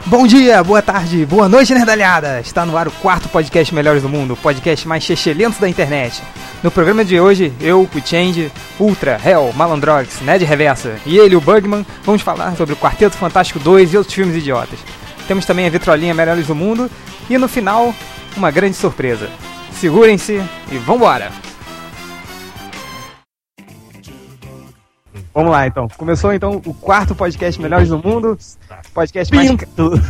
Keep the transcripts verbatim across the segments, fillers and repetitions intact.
Bom dia, boa tarde, boa noite, nerdalhada! Está no ar o quarto podcast Melhores do Mundo, o podcast mais chechelento da internet. No programa de hoje, eu, o Change, Ultra, Hell, Malandrox, Ned Reversa e ele, o Bugman, vamos falar sobre o Quarteto Fantástico dois e outros filmes idiotas. Temos também a vitrolinha Melhores do Mundo e no final, uma grande surpresa. Segurem-se e vambora! Vamos lá, então. Começou, então, o quarto podcast Melhores do Mundo. Podcast mais... Pinto!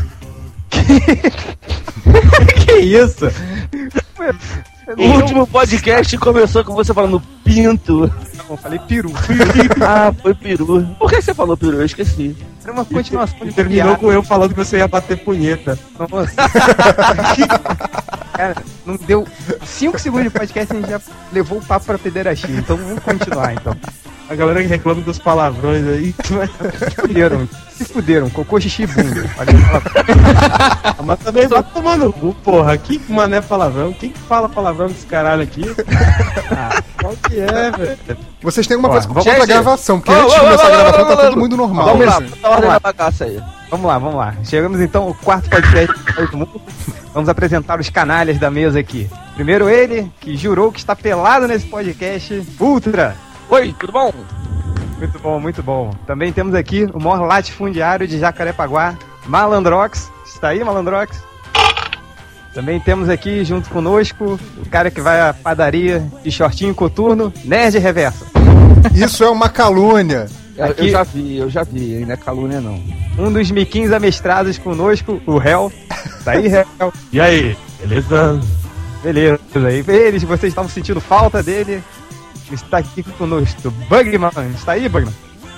Que, que isso? O último podcast começou com você falando pinto. Eu falei peru. Ah, foi peru. Por que você falou peru? Eu esqueci. Era uma continuação de Terminou piada. com eu falando que você ia bater punheta. Nossa. Cara, não deu cinco segundos de podcast e a gente já levou o papo pra pederastia. Então vamos continuar, então. A galera que reclama dos palavrões aí. Se fuderam, se fuderam, cocô, xixi e bunda. Mas também vai tomar no cu, porra. Que mané palavrão? Quem que fala palavrão desse caralho aqui? Ah, qual que é, velho? Vocês têm alguma Ó, coisa vamos- contra a Gente, gravação, porque ô, antes de ô, começar ô, a gravação ô, tá ô, todo mundo normal. Vamos lá, Vamos bota a ordem lá. na bagaça aí. Vamos lá, vamos lá. Chegamos então ao quarto podcast do mundo. Vamos apresentar os canalhas da mesa aqui. Primeiro ele, que jurou que está pelado nesse podcast, Ultra. Oi, tudo bom? Muito bom, muito bom. Também temos aqui o maior latifundiário de Jacarepaguá, Malandrox. Está aí, Malandrox? Também temos aqui, junto conosco, o cara que vai à padaria de shortinho coturno, Nerd Reverso. Isso é uma calúnia. Eu, Aqui- eu já vi, eu já vi, hein? Não é calúnia não. Um dos miquins amestrados conosco, o Hell. Tá aí, Hell? E aí, beleza? Beleza. E eles, vocês estavam sentindo falta dele, está aqui conosco. Bugman, está aí, Bugman?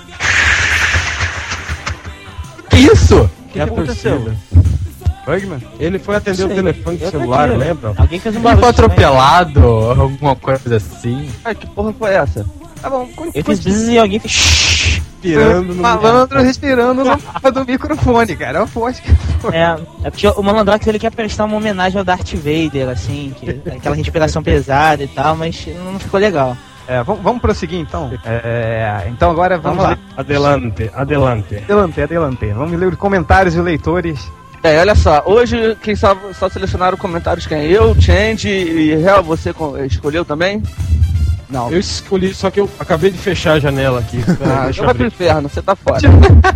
Que isso? O que, que aconteceu? Bugman? Ele foi atender o Sei. telefone do Eu tô celular, aqui. lembra? Alguém fez um Ele barulho. foi estranho. atropelado, alguma coisa assim. Ai, que porra foi essa? Tá bom, con- Eu fiz bzzz e alguém fez shhh. Pirando no Malandro respirando na porra do microfone, cara. Eu aposto que foi. É, é porque o Malandrox ele quer prestar uma homenagem ao Darth Vader, assim, que, aquela respiração pesada e tal, mas não ficou legal. É, vamos, vamos prosseguir então. É, então agora vamos, Vamos lá. ler. Adelante, adelante. Adelante, adelante. Vamos ler os comentários dos leitores. É, olha só, hoje quem só, só selecionaram comentários quem? Eu, Change e Hel, você co- escolheu também? Não. Eu escolhi, só que eu acabei de fechar a janela aqui. Ah, Deixa então eu vai pro abrir. inferno, você tá fora.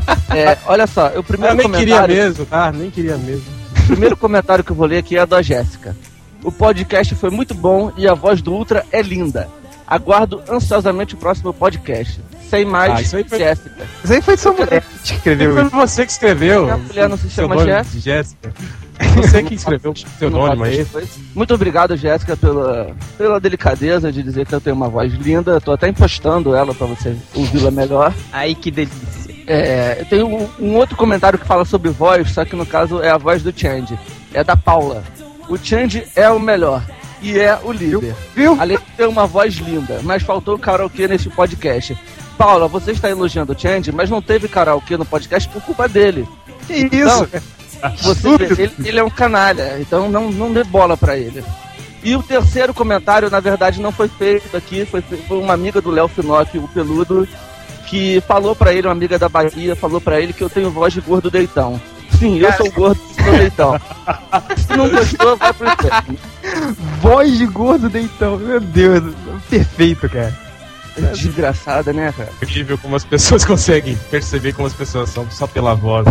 É, olha só, o Eu primeiro nem queria comentário, mesmo, tá? Nem queria mesmo. o primeiro comentário que eu vou ler aqui é da Jéssica. O podcast foi muito bom e a voz do Ultra é linda. Aguardo ansiosamente o próximo podcast. Sem mais, Ah, isso aí foi- Jéssica. Isso aí foi de sua mulher que escreveu Foi isso. você que escreveu. Minha mulher não se Seu chama nome Jéssica. de Jéssica. Você que escreveu o seu Não nome, faço mas isso. Muito obrigado, Jéssica, pela, pela delicadeza de dizer que eu tenho uma voz linda. Tô até impostando ela pra você ouvi-la melhor. Ai, que delícia. É, eu tenho um, um outro comentário que fala sobre voz, só que no caso é a voz do Change. É da Paula. O Change é o melhor. E é o líder. Viu? Além de ter uma voz linda, mas faltou o karaokê nesse podcast. Paula, você está elogiando o Change, mas não teve karaokê no podcast por culpa dele. Que isso? Você, ele, ele é um canalha, então não, não dê bola pra ele. E o terceiro comentário, na verdade, não foi feito aqui, foi, fe- foi uma amiga do Léo Finocchi, o peludo, que falou pra ele, uma amiga da Bahia, falou pra ele que eu tenho voz de gordo deitão. Sim, eu sou o gordo do deitão. Se não gostou, vai pro inferno. Voz de gordo deitão. Meu Deus. Perfeito, cara. Desgraçada, né, cara? é incrível como as pessoas conseguem perceber como as pessoas são só pela voz.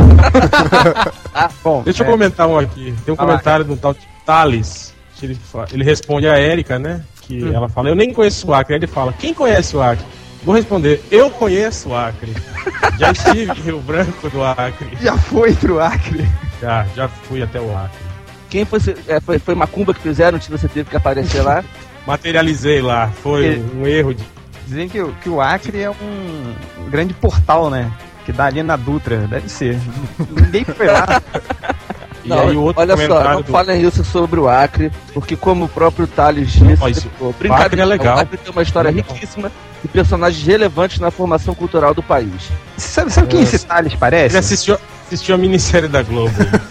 Bom, Deixa eu é, comentar um aqui. Tem um Vai lá. comentário de um tal de Thales. Que ele, fa- ele responde a Érica, né? Que Hum. ela fala, eu nem conheço o Acre. Aí ele fala, quem conhece o Acre? Vou responder, eu conheço o Acre. Já estive em Rio Branco do Acre. já foi pro Acre. Já, já fui até o Acre. Quem foi, é, foi, foi Macumba que fizeram, que você teve que aparecer lá? Materializei lá. Foi Ele- um erro de... Dizem que, o- que o Acre é um, um grande portal, né? Que dá ali na Dutra. Deve ser. Ninguém foi lá. E aí o outro olha só, comentário não do... falem isso sobre o Acre, porque como o próprio Thales disse, Ó, isso- pô, o Acre é legal. o Acre tem uma história Legal. riquíssima e personagens relevantes na formação cultural do país. Sabe, sabe quem esse Thales Ele parece? assistiu... assistiu a minissérie da Globo.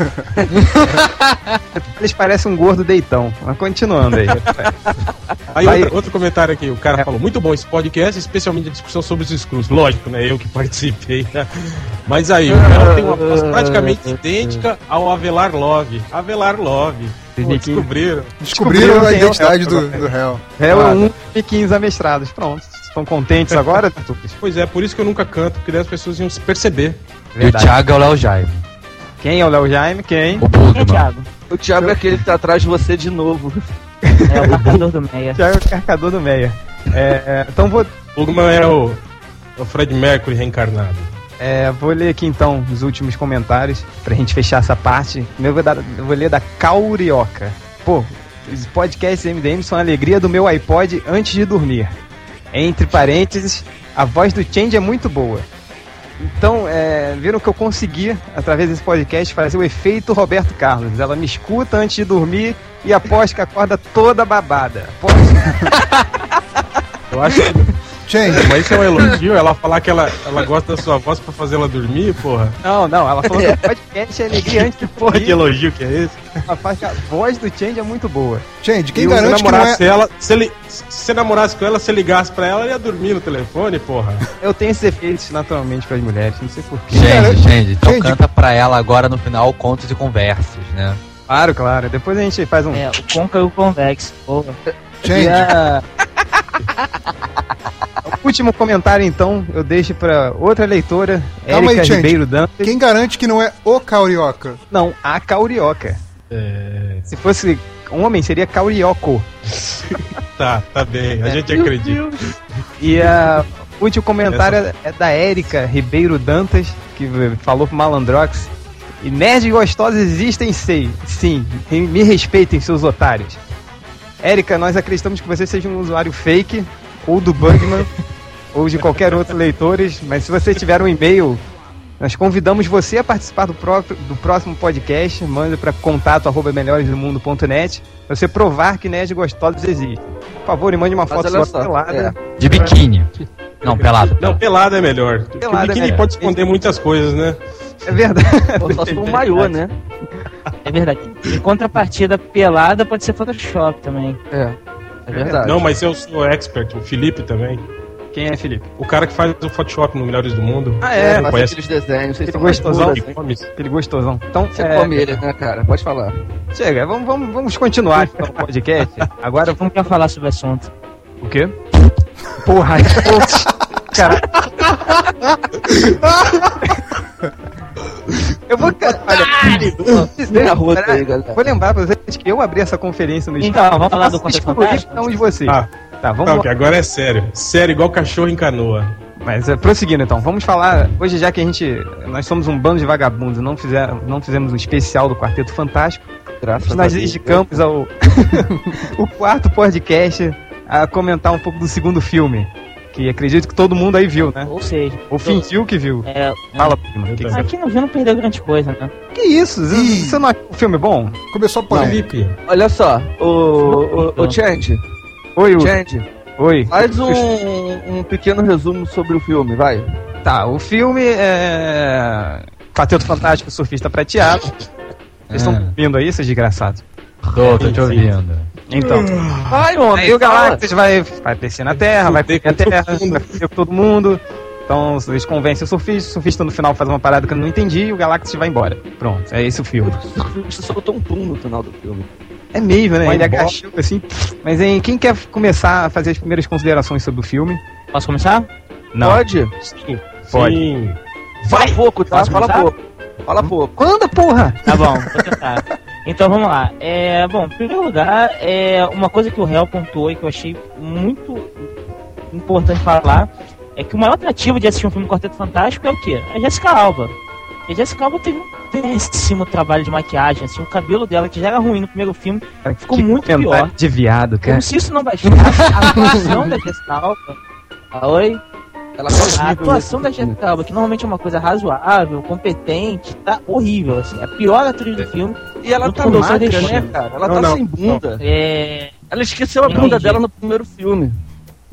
Eles parecem um gordo deitão. Mas continuando aí. Aí Vai. outro, outro comentário aqui, o cara falou, muito bom esse podcast, especialmente a discussão sobre os Skrulls. Lógico, né? Eu que participei, né? Mas aí, o cara tem uma voz praticamente idêntica ao Avelar Love. Avelar Love. Pô, descobriram. Descobriram a quem é o identidade Hel do, agora. do réu. Réu é um e quinze amestrados. Pronto. Estão contentes agora? Pois é, por isso que eu nunca canto, porque daí as pessoas iam se perceber. E o Thiago é o Léo Jaime. Quem é o Léo Jaime? Quem? O Quem é Bugman. Thiago? O Thiago é aquele que tá atrás de você de novo. É o marcador do Meia. Thiago é o carcador do Meia. É, então vou, O Bugman é o, o Fred Mercury reencarnado. é, vou ler aqui então os últimos comentários pra gente fechar essa parte. Eu vou, dar, eu vou ler da Caurioca. Pô, os podcasts M D M são a alegria do meu iPod antes de dormir. Entre parênteses, a voz do Change é muito boa. Então, é, viram que eu consegui, através desse podcast, fazer o efeito Roberto Carlos. Ela me escuta antes de dormir e aposto que acorda toda babada. Aposto... Eu acho que... Change, Mas isso é um elogio, ela falar que ela, ela gosta da sua voz pra fazer ela dormir, porra. Não, não, ela falou que o podcast é alegria antes de Porra, que dormir. elogio que é esse? Ela fala que a voz do Change é muito boa. Change, quem E garante se que não é... namorasse ela, se, ele, se você namorasse com ela, você ligasse pra ela, ela ia dormir no telefone, porra. Eu tenho esses efeitos naturalmente para as mulheres, não sei porquê. Gente, gente, então Gente. canta pra ela agora no final contos e conversas, né? Claro, claro. Depois a gente faz um... É, o Conca e o Convex. Porra. E Change, a- O último comentário, então, eu deixo para outra leitora, Calma aí, Érica Change. Ribeiro Dantas. quem garante que não é o Caurioca? Não, a Caurioca. É... Se fosse um homem, seria Caurioco. Tá, tá bem, a gente acredita. E a o último comentário é da Érica Ribeiro Dantas, que falou pro Malandrox. E nerds gostosos existem sim, sim. Me respeitem, seus otários. Érica, nós acreditamos que você seja um usuário fake, ou do Bugman, ou de qualquer outro leitores, mas se você tiver um e-mail, nós convidamos você a participar do, próprio, do próximo podcast. Manda para contato arroba melhores do mundo ponto net pra você provar que nerds gostosos existem. Por favor, e mande uma Mas foto olha sua só, pelada. De biquíni. Não, pelado. Não, pelado é melhor. Porque Pelado o é biquíni melhor. pode esconder muitas coisas, né? É verdade. Pô, só se for um maiô, né? É verdade. Em contrapartida, pelada pode ser Photoshop também. É, é verdade. Não, mas eu sou expert, o Felipe também. Quem é, Felipe? O cara que faz o Photoshop no Melhores do Mundo. Ah, é? Não faz conhece? aqueles desenhos, vocês Ele são mais gostosão. burros, Que hein? come. Aquele gostosão. Então, Você é, come ele, né, cara? Pode falar. chega, vamos, vamos, vamos continuar então, o podcast. Agora vamos... Vamos quer falar sobre o assunto. O quê? Porra, cara. Eu vou... Olha, Vem a rota aí, galera. vou lembrar pra vocês que eu abri essa conferência no Então, vamos falar do Quarteto excluir Fantástico? cada um de vocês. Ah, Tá, vamos não, lá. que agora é sério. Sério, igual cachorro em canoa. Mas é, prosseguindo então, vamos falar. Hoje, já que a gente. Nós somos um bando de vagabundos, não, fizer, não fizemos um especial do Quarteto Fantástico. Graças a Nós Deus. dedicamos ao o quarto podcast a comentar um pouco do segundo filme. Que acredito que todo mundo aí viu, né? Ou seja, Ou fingiu que viu. é, Fala, prima. Que, que, você- aqui não viu, não perdeu grande coisa, né? que isso? Você- Ih. Você não achou o filme bom? Começou a polêmica. Felipe, Olha só, o, o, o Change, Oi, Hugo. Change, Oi. faz um, um pequeno resumo sobre o filme, vai. Tá, o filme é. Quarteto Fantástico, Surfista Prateado. Vocês estão Ah. ouvindo aí, seus desgraçados? Tô, tô te ouvindo. Então. Vai, homem, Aí o fala. Galactus vai, vai descer na Terra, vai Fuder comer a com todo Terra, mundo. vai foder com todo mundo. Então eles convencem o surfista, o surfista no final faz uma parada que eu não entendi e o Galactus vai embora. Pronto, é esse o filme. Você soltou um pum no final do filme. É meio, né? Vai Ele embora. agachou assim. Mas hein, quem quer começar a fazer as primeiras considerações sobre o filme? Posso começar? Não. Pode? sim. Pode. Sim. Fala pouco, tá? Posso Fala começar? pouco. Fala pouco. Quando, porra? Tá bom, vou tentar. Então vamos lá. É, bom, em primeiro lugar, é, uma coisa que o Réu pontuou e que eu achei muito importante falar é que o maior atrativo de assistir um filme Quarteto Fantástico é o quê? A Jessica Alba. E a Jessica Alba teve um péssimo trabalho de maquiagem, assim, o cabelo dela, que já era ruim no primeiro filme, ficou Que muito comentário pior. de viado, cara. Como se isso não bastasse, a atuação da Jessica Alba. Ah, oi? Ela tá A horrível atuação da nesse filme. Jessica Alba, que normalmente é uma coisa razoável, competente, tá horrível, assim. A pior atriz do filme. E ela Junto tá com o Doutor magra, Destino. né, cara? Ela Não, tá não, sem bunda. É. Ela esqueceu a Entendi. bunda dela no primeiro filme.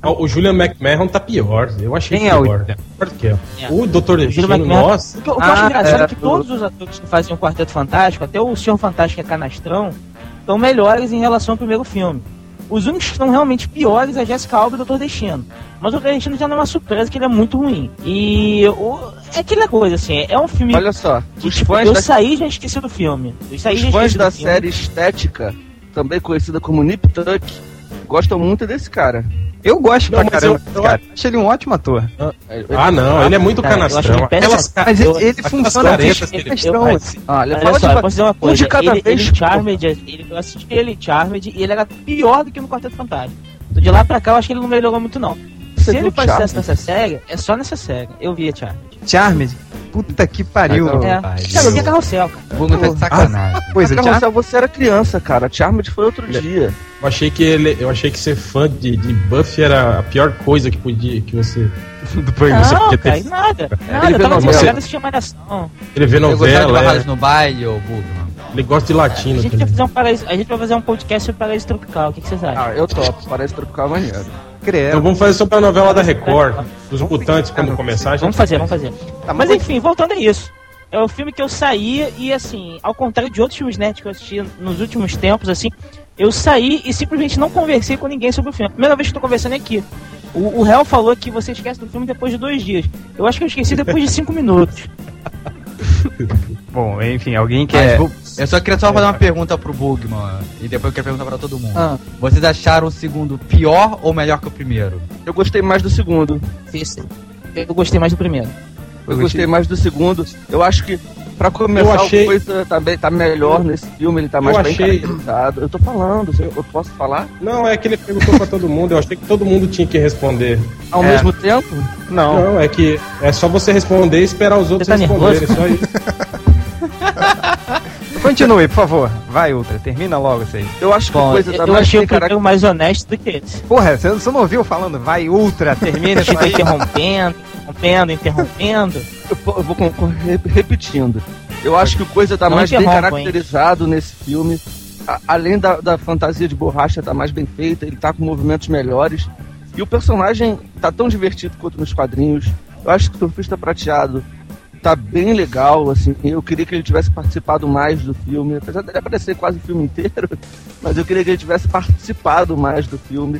O Julian McMahon tá pior. Eu achei Quem é o- pior. Pior do que é. É. O doutor O Julian Destino, McMahon- nossa. O que, o que eu acho Ah, engraçado é, é que todos os atores que faziam o Quarteto Fantástico, até o Senhor Fantástico, que é canastrão, estão melhores em relação ao primeiro filme. Os únicos que estão realmente piores é a Jessica Alba e o doutor Destino. Mas o doutor Destino já não é uma surpresa, que ele é muito ruim. E o, é aquela coisa, assim, é um filme Olha só, que, os tipo, fãs eu da, saí e já esqueci do filme. Eu saí e os já fãs esqueci da do filme. série Estética, também conhecida como Nip Tuck, gostam muito desse cara. Eu gosto Não, pra mas caramba eu- desse eu- cara. Acho ele um ótimo ator. Ah, não, ele é muito Cara, eu acho canastrão. ele péssimo. Aquelas Mas ele, ele aquelas funciona caretas como que ele- questão. eu- assim. Olha, Olha fala só, de, eu posso dizer uma um coisa. de cada ele, vez, ele, pô. Charmed, ele, eu assisti ele Charmed e ele era pior do que no Quarteto Fantástico. De lá pra cá eu acho que ele não melhorou muito não. Você Se ele viu faz Charmed? sucesso nessa série, é só nessa série. Eu vi a Charmed. Charmed. Puta que pariu. Ah, É. pai, Cara, eu vi a eu- Carrossel, cara. O Bugo tá de sacanagem. Coisa, Carrossel, Charmed. você era criança, cara. Charmed foi outro dia. Eu achei que ele, eu achei que ser fã de, de Buffy era a pior coisa que podia que você depois você Não, podia cara, ter. nada. Nada, Ele eu vê tava novela. desesperado assistir Malhação. Ele vê Você gostava de novela, Barrados é, no Baile, ô Bugman? ele gosta de A latino gente, vai também. fazer um paraíso, a gente vai fazer um podcast sobre Paraíso Tropical. O que, que vocês acham? Ah, eu topo. Parece tropical maneiro. Creio. Então vamos fazer sobre a novela da Record, dos mutantes quando começar. a gente Vamos fazer, vamos fazer. Tá, Mas mas enfim, voltando a isso. É o filme que eu saía e, assim, ao contrário de outros filmes nerds que eu assisti nos últimos tempos, assim, eu saí e simplesmente não conversei com ninguém sobre o filme. A primeira vez que eu tô conversando é aqui. O, o Hell falou que você esquece do filme depois de dois dias. Eu acho que eu esqueci depois de cinco minutos. Bom, enfim, alguém Mas quer. vou- Eu só queria só fazer uma pergunta pro Bugman. E depois eu quero perguntar pra todo mundo. Ah. Vocês acharam o segundo pior ou melhor que o primeiro? Eu gostei mais do segundo. Eu gostei mais do primeiro. Eu gostei mais do segundo. Eu acho que, pra começar, Eu achei- a coisa tá, bem, tá melhor nesse filme. Ele tá mais Eu bem achei- caracterizado. Eu tô falando, eu eu posso falar? Não, é que ele perguntou pra todo mundo, eu achei que todo mundo tinha que responder. Ao É. mesmo tempo? Não. Não, é que é só você responder e esperar os outros tá responderem, só isso. Continue, por favor. Vai, Ultra. Termina logo isso aí. Eu acho que a Bom, coisa tá eu mais achei bem o primeiro caracterizada. mais honesto do que esse. Porra, você, você não ouviu falando? Vai, Ultra. Termina isso Fica aí. interrompendo, interrompendo, interrompendo. Eu, vou- eu vou con- con- re- repetindo. Eu acho que o coisa tá Não mais bem interrompa, caracterizado nesse filme. A- além da, da fantasia de borracha tá mais bem feita, ele tá com movimentos melhores. E o personagem tá tão divertido quanto nos quadrinhos. Eu acho que o Surfista Prateado tá bem legal, assim. Eu queria que ele tivesse participado mais do filme, apesar dele aparecer quase o filme inteiro, mas eu queria que ele tivesse participado mais do filme.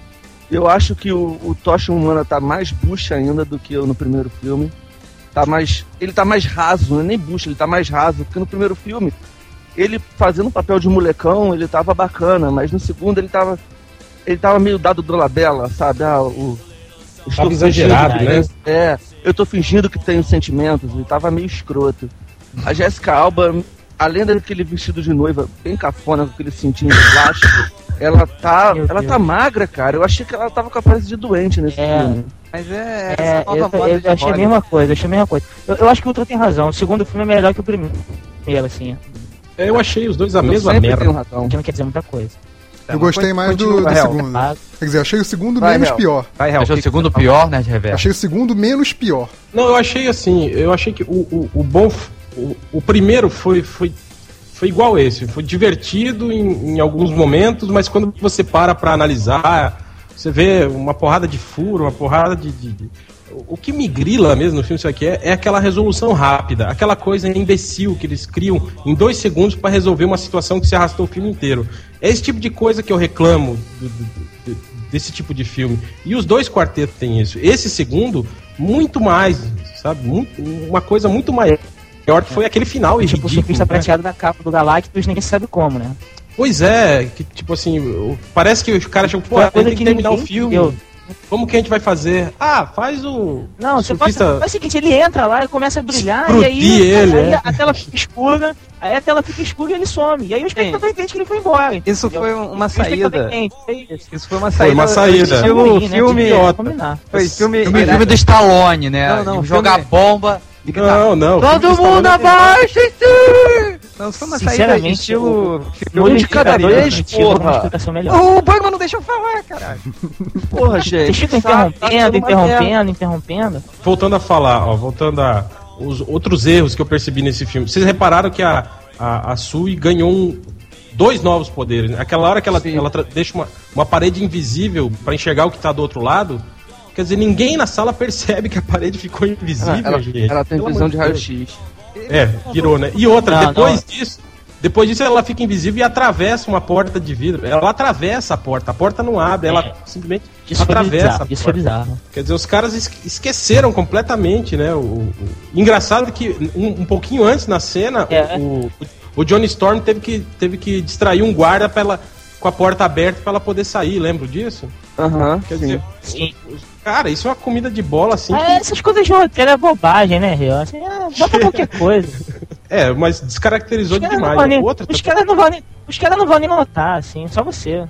Eu acho que o, o Tocha Humana tá mais bucha ainda do que eu no primeiro filme. Tá mais, ele tá mais raso, não é nem bucha, ele tá mais raso, porque no primeiro filme, ele fazendo o papel de molecão, ele tava bacana, mas no segundo ele tava, ele tava meio dado do labela, sabe? Ah, o, estou Tava exagerado, fingindo- né? É, eu tô fingindo que tenho sentimentos, ele tava meio escroto. A Jessica Alba, além daquele vestido de noiva bem cafona, com aquele cintinho de plástico, ela tá, Meu ela Deus. tá magra, cara. Eu achei que ela tava com a aparência de doente nesse É. filme. Mas é, É, essa eu, nova moda eu, de eu achei a Hollywood. mesma coisa, eu achei a mesma coisa. Eu, eu acho que o Ultra tem razão, o segundo filme é melhor que o primeiro, assim. Eu achei os dois a Eu mesma sempre merda. tenho razão. Que não quer dizer muita coisa. Tá, Eu mas gostei mais do, continua, do Hel. segundo. Ah, Quer dizer, eu achei o segundo Vai, menos Hel. pior. Vai, Hel. Achou o que- segundo pior, né, de reverso? Achei o segundo menos pior. Não, eu achei assim, eu achei que o, o, o bom. f- O, o primeiro foi, foi, foi igual esse, foi divertido em, em alguns momentos, mas quando você para pra analisar, você vê uma porrada de furo, uma porrada de. de- de- o que me grila mesmo no filme, isso aqui é, é aquela resolução rápida, aquela coisa imbecil que eles criam em dois segundos pra resolver uma situação que se arrastou o filme inteiro. É esse tipo de coisa que eu reclamo do- do- do- desse tipo de filme. E os dois quartetos têm isso. Esse segundo, muito mais, sabe? Muito- uma coisa muito maior que foi aquele final e tipo o ridículo. surfista né? prateado da capa do Galactus, ninguém sabe como, né? Pois é, que tipo assim, o- parece que os caras acham, pô, Foi uma tem coisa que que terminar o ninguém filme. entendeu. Como que a gente vai fazer? Ah, faz o. Não, você surfista- faz, faz o seguinte, ele entra lá e começa a brilhar, Explodir e aí, ele, aí é. a tela fica escura, aí a tela fica escura e ele some. E aí o espectador entende que ele foi embora. Isso entendeu? foi uma O espectador saída. entende, é isso. Isso foi uma Foi saída. uma saída. Estilo Ruim, né? filme. Devia idiota. combinar. Foi filme. Filme, filme do Stallone, né? Não, não, De jogar filme- bomba e gritar. Não, não. Todo filme mundo Stallone- abaixa-se! Não, isso foi uma saída Sinceramente, estilo. Um de cada filme vez, Eu tive uma porra. explicação melhor. O Bugman não deixa eu falar, caralho. Porra, gente. Vocês ficam sabe, tá interrompendo, sendo uma merda. interrompendo, interrompendo. Voltando a falar, ó, voltando a os outros erros que eu percebi nesse filme. Vocês repararam que a, a, a Sui ganhou um, dois novos poderes. Aquela hora que ela, ela tra- deixa uma, uma parede invisível pra enxergar o que tá do outro lado, quer dizer, ninguém na sala percebe que a parede ficou invisível, Ah, ela, gente. ela tem Pelo visão amor de de Deus. raio-x. É, virou, né? E outra, Não, depois não. disso, depois disso ela fica invisível e atravessa uma porta de vidro. Ela atravessa a porta, a porta não abre, ela É. simplesmente Isso foi atravessa bizarro, a isso foi porta. bizarro. Quer dizer, os caras es- esqueceram completamente, né? O, o- Engraçado que um, um pouquinho antes na cena, É. o, o, o Johnny Storm teve que, teve que distrair um guarda pra ela, com a porta aberta pra ela poder sair, lembra disso? Aham, Quer sim. dizer, Sim. cara, isso é uma comida de bola assim. Ah, que- essas coisas de roteiro é bobagem, né, Rio? Assim, ah, bota qualquer coisa. É, mas descaracterizou Os caras não demais. vão nem- Outra, os caras não vão nem- os caras não vão nem notar, assim, só você.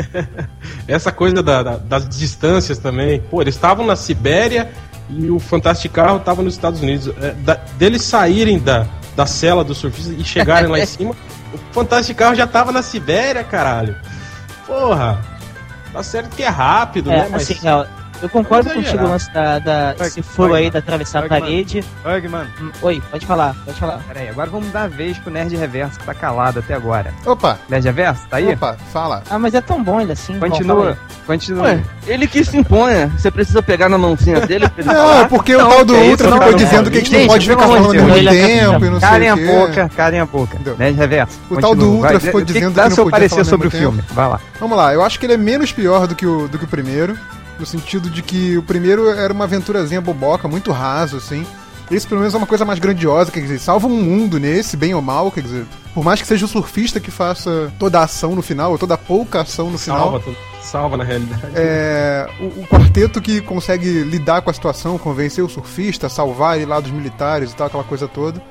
essa coisa da- da- das distâncias também. Pô, eles estavam na Sibéria e o Fantástico Carro estava nos Estados Unidos. É, da- deles saírem da, da cela do surfista e chegarem lá em cima, o Fantástico Carro já tava na Sibéria, caralho. Porra, tá certo que é rápido, É, né? Mas assim, ó, eu concordo Vamos contigo o exagerar. lance da, da Vai, esse furo vai, aí da atravessar a vai, parede. Oi, mano. Hum, Oi, pode falar, pode falar. Pera aí, agora vamos dar a vez pro Nerd Reverso, que tá calado até agora. Opa, Nerd Reverso, tá aí? opa, fala. Ah, mas é tão bom ainda assim. bom, fala Continua, aí. continua. Ué, ele que se imponha. Você precisa pegar na mãozinha dele pra ele Não, falar. é porque o Não, tal do que isso, Ultra não, ficou não, dizendo não. que a gente não Gente, pode pelo ficar amor de falando Deus, muito ele é tempo e não sei Calem o a quê. boca, calem a boca. Entendeu? Nerd Reverso. O tal do continua, Ultra vai, ficou tem que dizendo dar que não seu podia parecer falar ao sobre o mesmo filme. Vai lá. Vamos lá, eu acho que ele é menos pior do que o, do que o primeiro, no sentido de que o primeiro era uma aventurazinha boboca, muito raso, assim. Esse, pelo menos, é uma coisa mais grandiosa, quer dizer, salva um mundo nesse, bem ou mal, quer dizer, por mais que seja o surfista que faça toda a ação no final, ou toda a pouca ação no final, salva, tudo. salva na realidade. é, o, o quarteto que consegue lidar com a situação, convencer o surfista, salvar ele lá dos militares e tal, aquela coisa toda.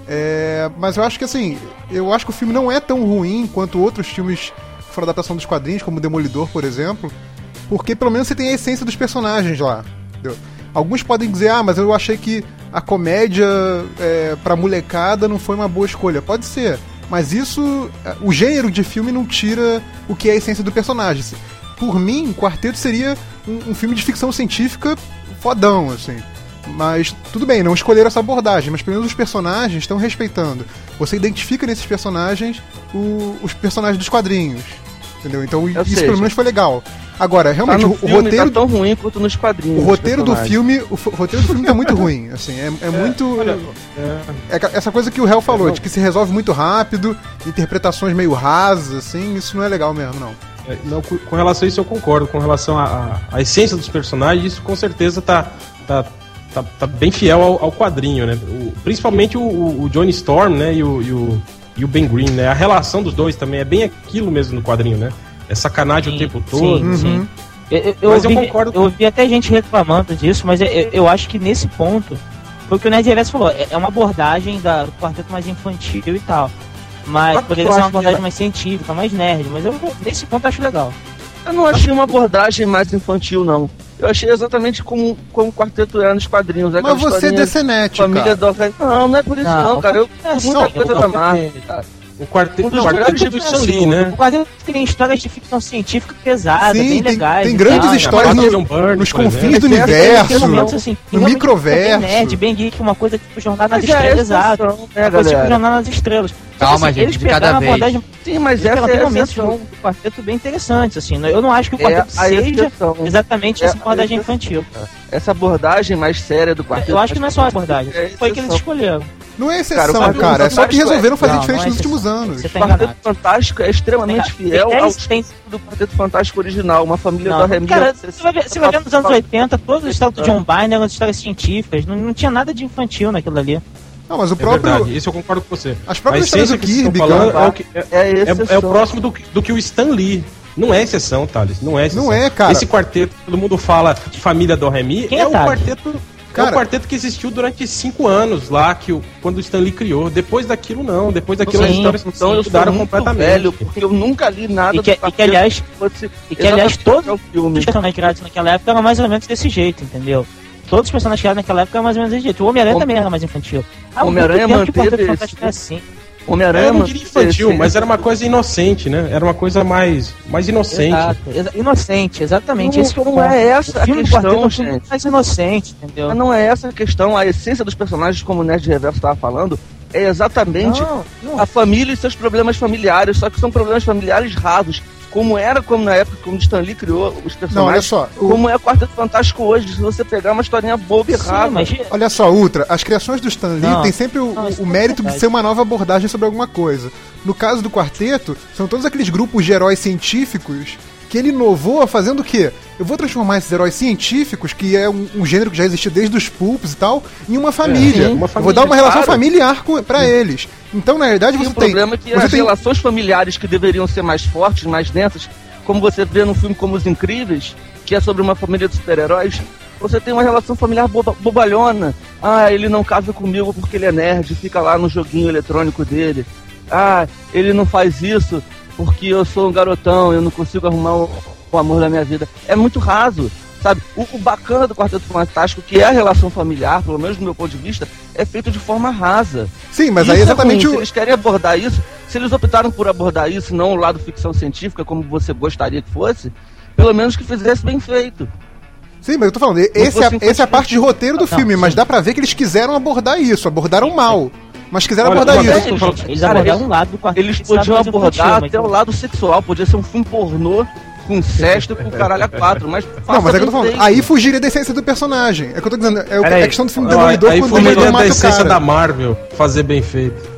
É, mas eu acho que, assim, eu acho que o filme não é tão ruim quanto outros filmes que foram adaptação dos quadrinhos, como Demolidor, por exemplo, porque pelo menos você tem a essência dos personagens lá, entendeu? Alguns podem dizer, ah, mas eu achei que a comédia é, pra molecada não foi uma boa escolha. Pode ser, mas isso, o gênero de filme não tira o que é a essência do personagem. Por mim, Quarteto seria um, um filme de ficção científica fodão, assim. Mas tudo bem, não escolheram essa abordagem, mas pelo menos os personagens estão respeitando. Você identifica nesses personagens o- os personagens dos quadrinhos. Entendeu? Então Ou isso seja, pelo menos foi legal. Agora, Tá realmente, no o, o filme, roteiro. tá tão ruim quanto nos quadrinhos. O roteiro do personagens. filme, o, fo- roteiro do filme tá muito ruim, assim, é, é muito olha, é ca- essa coisa que o Hell falou, de que se resolve muito rápido, interpretações meio rasas, assim, isso não é legal mesmo, não. É, não, com, com relação a isso eu concordo. Com relação à à- à essência dos personagens, isso com certeza tá, tá, tá, tá bem fiel ao, ao quadrinho, né? O- principalmente o, o- o Johnny Storm, né? E o, e, o, e o Ben Green, né? A relação dos dois também é bem aquilo mesmo no quadrinho, né? É sacanagem o tempo todo. Sim, sim. Uhum. Eu, eu, eu Mas eu ouvi, concordo com- eu ouvi até gente reclamando disso, mas eu, eu- eu acho que nesse ponto, foi o que o Nerd Reverso falou, é, é uma abordagem da, do quarteto mais infantil e tal. Mas Mas poderia eu ser uma acho que abordagem era- mais científica, mais nerd, mas eu, nesse ponto eu acho legal. Eu não achei uma abordagem mais infantil, não. Eu achei exatamente como, como o quarteto era nos quadrinhos. É Mas aquela você é historinha, DCnet, família cara. do... Não, não é por isso não, cara. Eu é, muita não, coisa eu- da eu- Marvel, cara. O quarteto, Um dos o quarteto melhores do filmes Stan Lee, né? O quadrinho tem histórias de ficção científica pesada, Sim, bem tem- legais. tem e grandes tal, né? histórias Mas no- John Byrne, nos por exemplo. confins do Mas é- universo, Tem momentos, assim, que no realmente microverso. Bem nerd, bem geek, uma coisa tipo Jornada nas Mas é a Estrelas, exato. exceção, né, Uma coisa tipo galera? Jornada nas Estrelas. Só que, Calma, assim, gente, eles de cada pegaram uma vez. abordagem Sim, mas ela essa tem é a momentos exceção. do quarteto bem interessantes, assim. né? Eu não acho que o É quarteto a seja exceção. exatamente É essa a abordagem exceção. infantil. Essa abordagem mais séria do quarteto. Eu acho que não é só a abordagem. É Foi que eles exceção. escolheram. Não é Cara, exceção, o cara, Quarteto é só que Fantástico resolveram fazer Não, diferente não é nos últimos exceção. anos. Você O tá Quarteto enganado. Fantástico é extremamente Tem- fiel tem- ao tem- espírito do Quarteto Fantástico original, uma família Não, da Remy. cara, você vai, ver, você vai ver nos anos oitenta, todos os histórias do John Byrne eram histórias científicas, não, não tinha nada de infantil naquilo ali. Não, mas o É próprio verdade, isso eu concordo com você. as próprias A essência histórias do que vocês Kirby, estão falando cara, é o, que, é, É, é- exceção. é o próximo do, que- do que o Stan Lee. Não é exceção, Thales. Não é exceção. Não é, cara. Esse quarteto, todo mundo fala de família do Remy, Quem é, é o Thales? quarteto. É Cara- o quarteto que existiu durante cinco anos lá, que o, quando o Stan Lee criou. Depois daquilo, não. Depois daquilo, as Sim, histórias Então eu sou mudaram muito completamente. velho, porque eu nunca li nada E que, do e que, Quarteto aliás, fosse e que, aliás exatamente todos o filme. os personagens criados naquela época eram mais ou menos desse jeito, entendeu? Todos os personagens criados naquela época eram mais ou menos desse jeito. O Homem-Aranha Hom- também era mais infantil. Ah, Homem-Aranha muito tempo que o manteve Quarteto Fantástico é esse- assim. Homem-Aranha Eu não manteve diria infantil, esse- mas era uma coisa inocente, né? Era uma coisa mais, mais inocente. Exato, exa- inocente, exatamente. Não, esse que é o não ponto. é essa o a filme do questão, Quarteto é um filme gente. mais inocente, entendeu? Mas não é essa a questão, a essência dos personagens, como o Nerd Reverso estava falando, é exatamente Não, não. a família e seus problemas familiares, só que são problemas familiares rasos. Como era, como na época, como Stan Lee criou os personagens. Não, olha só. O... Como é o Quarteto Fantástico hoje, se você pegar uma historinha boba e Sim, rasa. mas... Olha só, Ultra, as criações do Stan Lee Não. tem sempre o, Não, o- isso o é mérito de verdade. ser uma nova abordagem sobre alguma coisa. No caso do Quarteto, são todos aqueles grupos de heróis científicos que ele inovou fazendo o quê? Eu vou transformar esses heróis científicos, que é um, um gênero que já existia desde os pulps e tal, em uma família. sim, uma Eu vou dar uma família, relação claro. familiar com, pra eles. Então, na verdade, E você o tem... problema é que você as tem... relações familiares que deveriam ser mais fortes, mais densas, como você vê num filme como Os Incríveis, que é sobre uma família de super-heróis, você tem uma relação familiar boba, bobalhona. Ah, ele não casa comigo porque ele é nerd, fica lá no joguinho eletrônico dele. Ah, ele não faz isso porque eu sou um garotão, eu não consigo arrumar o, o amor da minha vida. É muito raso, sabe? O, o bacana do Quarteto Fantástico, que é a relação familiar, pelo menos do meu ponto de vista, é feito de forma rasa. Sim, mas Isso aí é exatamente ruim. Se o... eles querem abordar isso, se eles optaram por abordar isso, não o lado ficção científica, como você gostaria que fosse, pelo menos que fizesse bem feito. Sim, mas eu tô falando, esse é, fosse essa é a parte de roteiro do Não, filme, mas sim. dá pra ver que eles quiseram abordar isso, abordaram mal. Mas quiseram Olha, abordar uma isso. coisa que eu falo- Eles Cara, abordaram eles- um lado do quarteto. Eles que sabe podiam fazer abordar infantil, até mas- o lado sexual, podia ser um filme pornô com incesto e com caralho a quatro, mas Não, mas é que eu tô falando, feito. aí fugiria da essência do personagem. É o que eu tô dizendo, é, o, é Peraí. a questão do filme Aí, Demolidor aí quando o fugiria Demolidor da mata o essência cara. da Marvel fazer bem feito.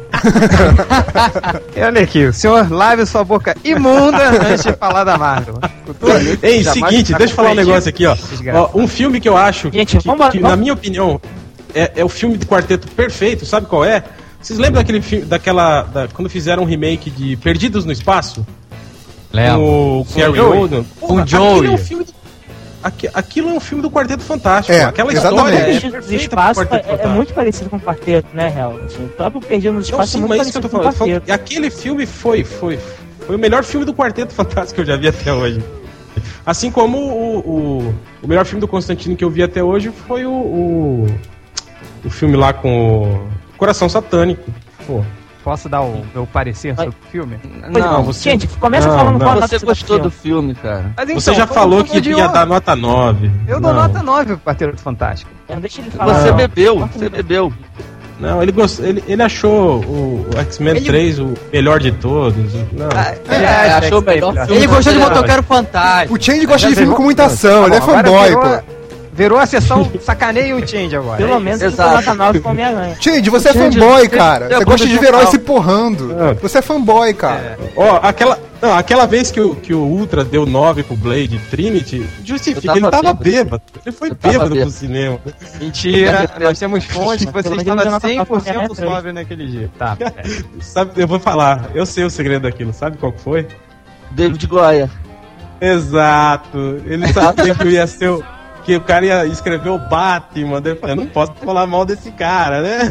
E olha aqui, o senhor lave sua boca imunda antes de falar da Marvel. Ei, Jamais seguinte, tá deixa eu falar um compreendido. negócio aqui, ó. Desgraça. Ó, um filme que eu acho Gente, que, vamos- que, vamos- na minha opinião, é, é o filme do Quarteto perfeito, sabe qual é? Vocês lembram daquele filme, daquela, da- quando fizeram um remake de Perdidos no Espaço? Lembro. Com o Gary Joey. Oldman? Com Porra, Joey. aquilo é um filme do- aqui- Aquilo é um filme do Quarteto Fantástico. É, Aquela exatamente. história é Perdido no perfeita Espaço pro é, Quarteto é Fantástico. muito parecido com o quarteto, né, Real? Assim, o próprio Perdido no Não, Espaço sim, é muito mas isso que eu parecido tô com o falando. quarteto. Falando- Aquele filme foi, foi, foi o melhor filme do Quarteto Fantástico que eu já vi até hoje. Assim como o, o, o melhor filme do Constantino que eu vi até hoje foi o, o, o filme lá com o Coração Satânico. Pô. Posso dar o meu parecer sobre o filme? Pois Não, você- Gente, começa Não, falando não. qual a nota você que dá gostou pro do filme, cara. Mas Você então, já foi falou um que de ia ouro. dar nota nove. Eu dou Não. nota nove pro Quarteto Fantástico. filme. Deixa ele falar. Você Não. bebeu, você bebeu. Não, ele, gost... ele, ele achou o o X-Men Ele- três o melhor de todos. Não. Ah, É, é, achou é, melhor é, Ele gostou de Não. Motoqueiro Fantástico. O Change gosta Já de filme virou- com muita ação, ele é Tá bom, agora fanboy, virou, pô. Virou a sessão sacaneia o Change agora. Pelo é menos Exato. ele nota nove com o Homem-Aranha. Change, você é Change, fanboy, Change, cara. é Você bom gosta de do ver heróis jornal. se porrando. É. Você é fanboy, cara. Ó, aquela, não, aquela vez que o, que o Ultra deu nove pro Blade Trinity, justifica, Eu tava ele tava bêbado. bêbado. Ele foi Eu tava bêbado pro bêbado. cinema. Mentira, nós temos fontes que você Pelo menos estava ele já cem por cento nota nove, sóbrio naquele dia. Tá, é. Sabe, eu vou falar, eu sei o segredo daquilo, sabe qual que foi? David Goya. Exato. Ele sabia que eu ia ser o. Que o cara ia escrever o Batman. Daí eu falei, eu não posso falar mal desse cara, né?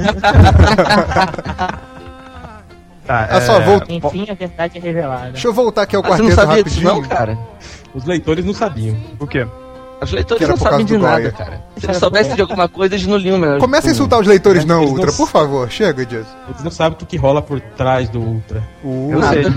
Tá, Ah, só, vou- Enfim, a verdade é revelada. Deixa eu voltar aqui ao Ah, você não quarteto sabia disso rapidinho. não, cara? Os leitores não sabiam. O quê? Os Que leitores era não por sabem causa de do nada, Goya. cara. Se eles soubessem de alguma coisa, eles não liam melhor. Começa a insultar os leitores não, Eles não Ultra, s- por favor. Chega disso. Eles não sabem o que, que rola por trás do Ultra. O Eu sei.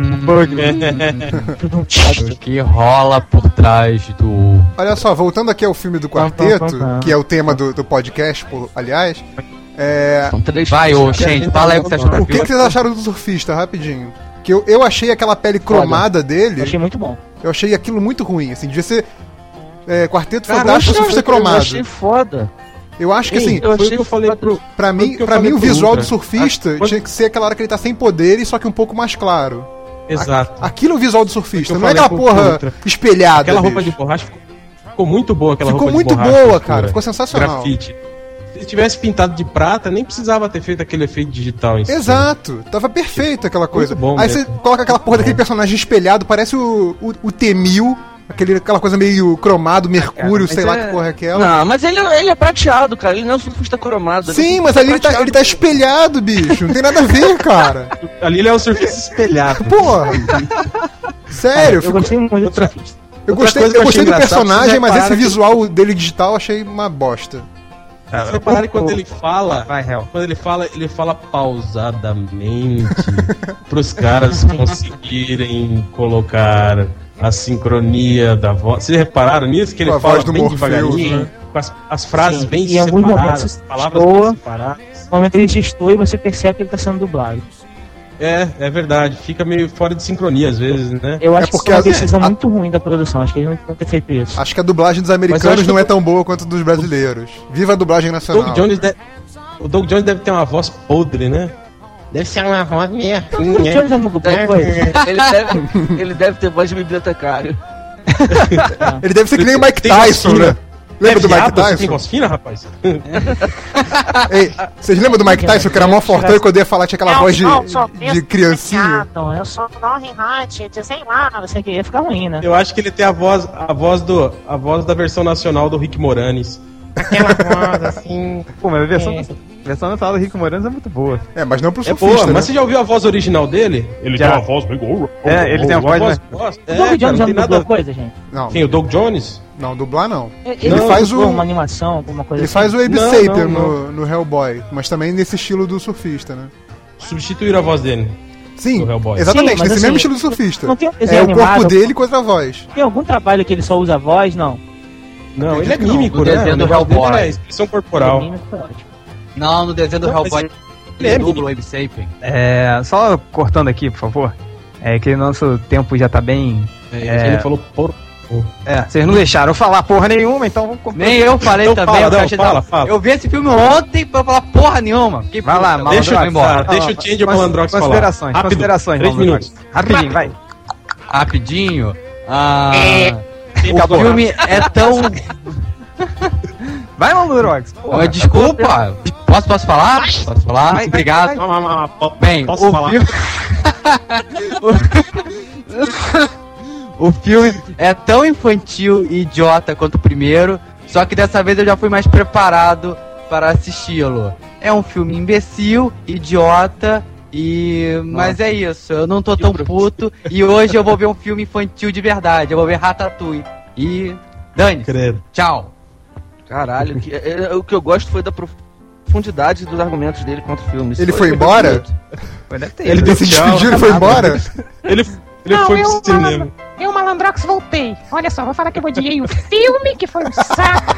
O que rola por trás do. Olha só, voltando aqui ao filme do Pam, pam, quarteto, pam, pam. que é o tema do, do podcast, por- aliás. É, São três Vai, ô, filmes. gente, fala aí o que você achou da o que, que vocês acharam do surfista, rapidinho? Que eu, eu achei aquela pele cromada Eu dele, achei muito bom. eu achei aquilo muito ruim, assim, devia ser é, Quarteto Cara, Fantástico eu surfista Eu cromado. achei foda. Eu acho que Ei, assim, eu foi achei o que eu falei foda. pro. pra foi mim, o que eu pra falei mim o pro visual Ultra. do surfista Ah, quando- tinha que ser aquela hora que ele tá sem poderes, só que um pouco mais claro. Exato. Aquilo é o visual do surfista, Foi o não é que eu aquela falei pro porra Ultra. espelhada. Aquela roupa bicho. de borracha ficou, ficou muito boa, aquela Ficou roupa de muito borracha. boa, escura. cara, ficou sensacional. Grafite. Se tivesse pintado de prata, nem precisava ter feito aquele efeito digital em cima. Exato, tava perfeito aquela coisa. bom Aí mesmo. você coloca aquela porra daquele personagem espelhado, parece o, o, o T mil, aquele, aquela coisa meio cromado, mercúrio, mas sei lá é- que porra é aquela. Não, mas ele, ele é prateado, cara. Ele não é um surfista cromado. ele é Sim, um mas ali ele surfista tá, ele tá espelhado, bicho. Não tem nada a ver, cara. Ali ele é um surfista espelhado. Porra. Sério, Eu ficou- gostei muito outra- do surfista. eu outra gostei, coisa que eu eu gostei achei do engraçado, personagem, vocês mas esse repararam que- visual dele digital eu achei uma bosta. Vocês repararam quando ele fala, Vai, Hel. quando ele fala, ele fala pausadamente pros caras conseguirem colocar a sincronia da voz. Vocês repararam nisso? Que ele Com a fala voz do bem Morpheus, devagarinho, né? com com as, as frases Sim, bem e em alguns separadas, momentos as palavras soa. bem separadas. No momento ele gestou e você percebe que ele tá sendo dublado. É, é verdade. Fica meio fora de sincronia às vezes, né? Eu acho É porque que foi uma a- decisão a- muito ruim da produção. Acho que eles não tinham ter feito isso. Acho que a dublagem dos Mas eu americanos acho não que é o- tão boa quanto dos brasileiros. Viva a dublagem O nacional. Doug Jones deve, o Doug Jones deve ter uma voz podre, né? Deve ser uma voz meio O Jones é muito bom, foi. Ele deve, ele deve ter voz de bibliotecário. Ele deve ser que nem o Mike Tem voz Tyson, fina. né? Lembra do Mike viado? Você tem Tyson? voz fina, rapaz? Ei, vocês lembram do Mike Tyson que era mó fortão e quando ia falar tinha aquela voz de, de criancinha? Eu sou o Norrin Hot, sei lá, não sei o que, ia ficar ruim, né? Eu acho que ele tem a voz, a voz do, a voz da versão nacional do Rick Moranis. Aquela voz assim. Pô, mas a versão, É. a versão nacional do Rico Moranis é muito boa. É, mas não pro É surfista, boa, né? mas você já ouviu a voz original dele? Ele Já. tem uma voz bem. É, ele tem a voz, né? voz- O É, Doug cara, Jones não já tem não nada. dublou coisa, gente? Não, Quem? O Doug Jones? não, dublar não. Ele Ele faz dublou o- uma animação, alguma coisa Ele assim. faz o Abe Não, Sapien não, no, no Hellboy, mas também nesse estilo do surfista, né? Substituíram a voz dele. Sim, Do Hellboy. exatamente, Sim, mas nesse assim, mesmo estilo do surfista. não tem um É desenho o corpo animado? dele com outra voz. Tem algum trabalho que ele só usa a voz? Não. Não, ele é Acredito que não. mímico, No né? desenho O do negócio dele Hellboy. É expressão corporal. Menino, foi ótimo. Não, no desenho do Não, mas Hellboy ele é ele dubla o Abe Sapien. É, só cortando aqui, por favor. É que nosso tempo já tá bem. É, Ele falou por. é, vocês não deixaram eu falar porra nenhuma, então vamos comprar. Nem eu falei Então também. fala, eu não, achei- fala, não, fala. Eu vi esse filme ontem pra falar porra nenhuma. Fiquei Vai lá, puta. Malandrox, Deixa eu ir embora. Tá, deixa o Change e o Malandrox falar. Considerações, Rápido, considerações, três Malandrox. minutos. Rapidinho, vai. Rapidinho. Ah, o Acabou. filme é tão. Vai, Malandrox. Porra. Ah, Desculpa. Posso, posso falar? Posso falar? Vai, vai, Obrigado. vai. Bem, Posso o falar? filme. o filme é tão infantil e idiota quanto o primeiro, só que dessa vez eu já fui mais preparado para assisti-lo. É um filme imbecil, idiota e. Mas é isso, eu não tô tão puto e hoje eu vou ver um filme infantil de verdade. Eu vou ver Ratatouille. E. Dane, Credo. tchau. Caralho, que- é- é- o que eu gosto foi da profundidade dos argumentos dele contra o filme. Isso Ele foi embora? bonito. Deve ter Ele ido. Se Tchau. despediu e foi embora? Ele, ele Não, foi eu, pro cinema. Malandro- eu, Malandrox, voltei. Olha só, vou falar que eu odiei o filme, que foi um saco.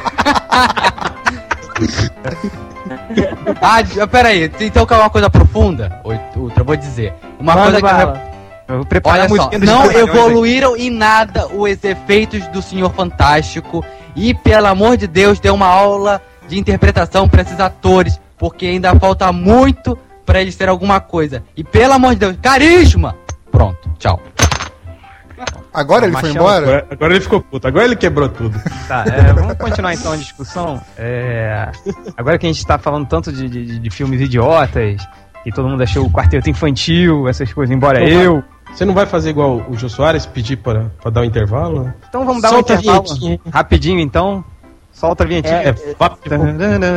Ah, peraí, então que é uma coisa profunda, Ultra, vou dizer. Uma Manda coisa que eu bala. Eu vou preparar Olha a só, musiquinha dos não Trapalhões aí. evoluíram em nada os efeitos do Senhor Fantástico e, pelo amor de Deus, dê uma aula de interpretação para esses atores, porque ainda falta muito para eles terem alguma coisa. E, pelo amor de Deus, carisma! Pronto, tchau. Agora ele foi Machão, embora? Agora, agora ele ficou puto, agora ele quebrou tudo. Tá, é, vamos continuar então a discussão. É, agora que a gente tá falando tanto de, de, de filmes idiotas, e todo mundo achou o quarteto infantil, essas coisas, embora Não eu. Você não vai fazer igual o Jô Soares, pedir pra, pra dar um intervalo? Então vamos dar Solta um a intervalo vinhetinha. rapidinho então. Solta a vinhetinha. É, papo de pouco.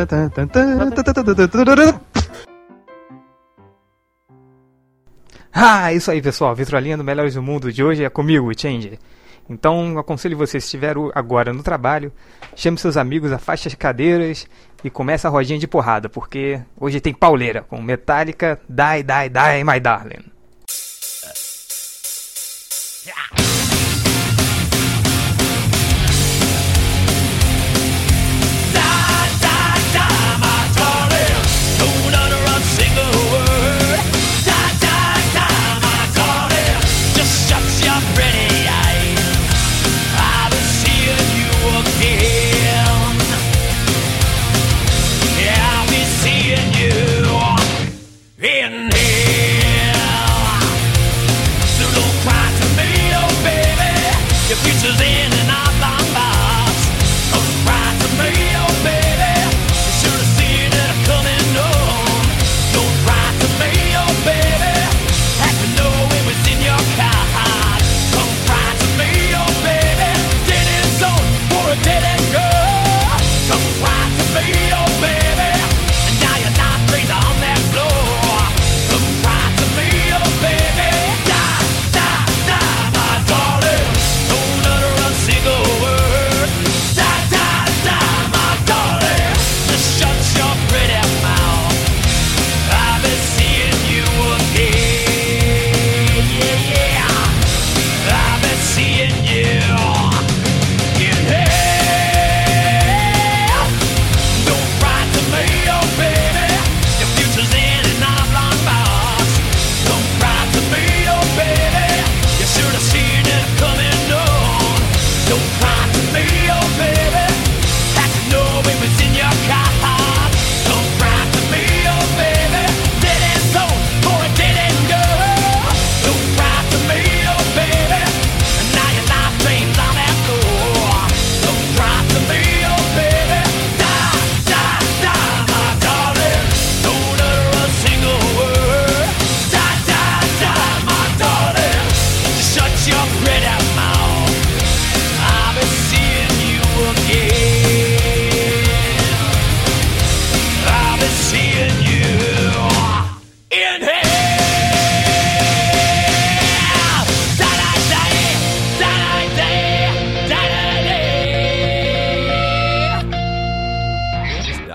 Ah, isso aí, pessoal. Vitrolinha do Melhores do Mundo de hoje é comigo, Change. Então, aconselho você, se estiver agora no trabalho, chame seus amigos, afaste as cadeiras e comece a rodinha de porrada, porque hoje tem pauleira com Metallica, Die, Die, Die, My Darling. In here.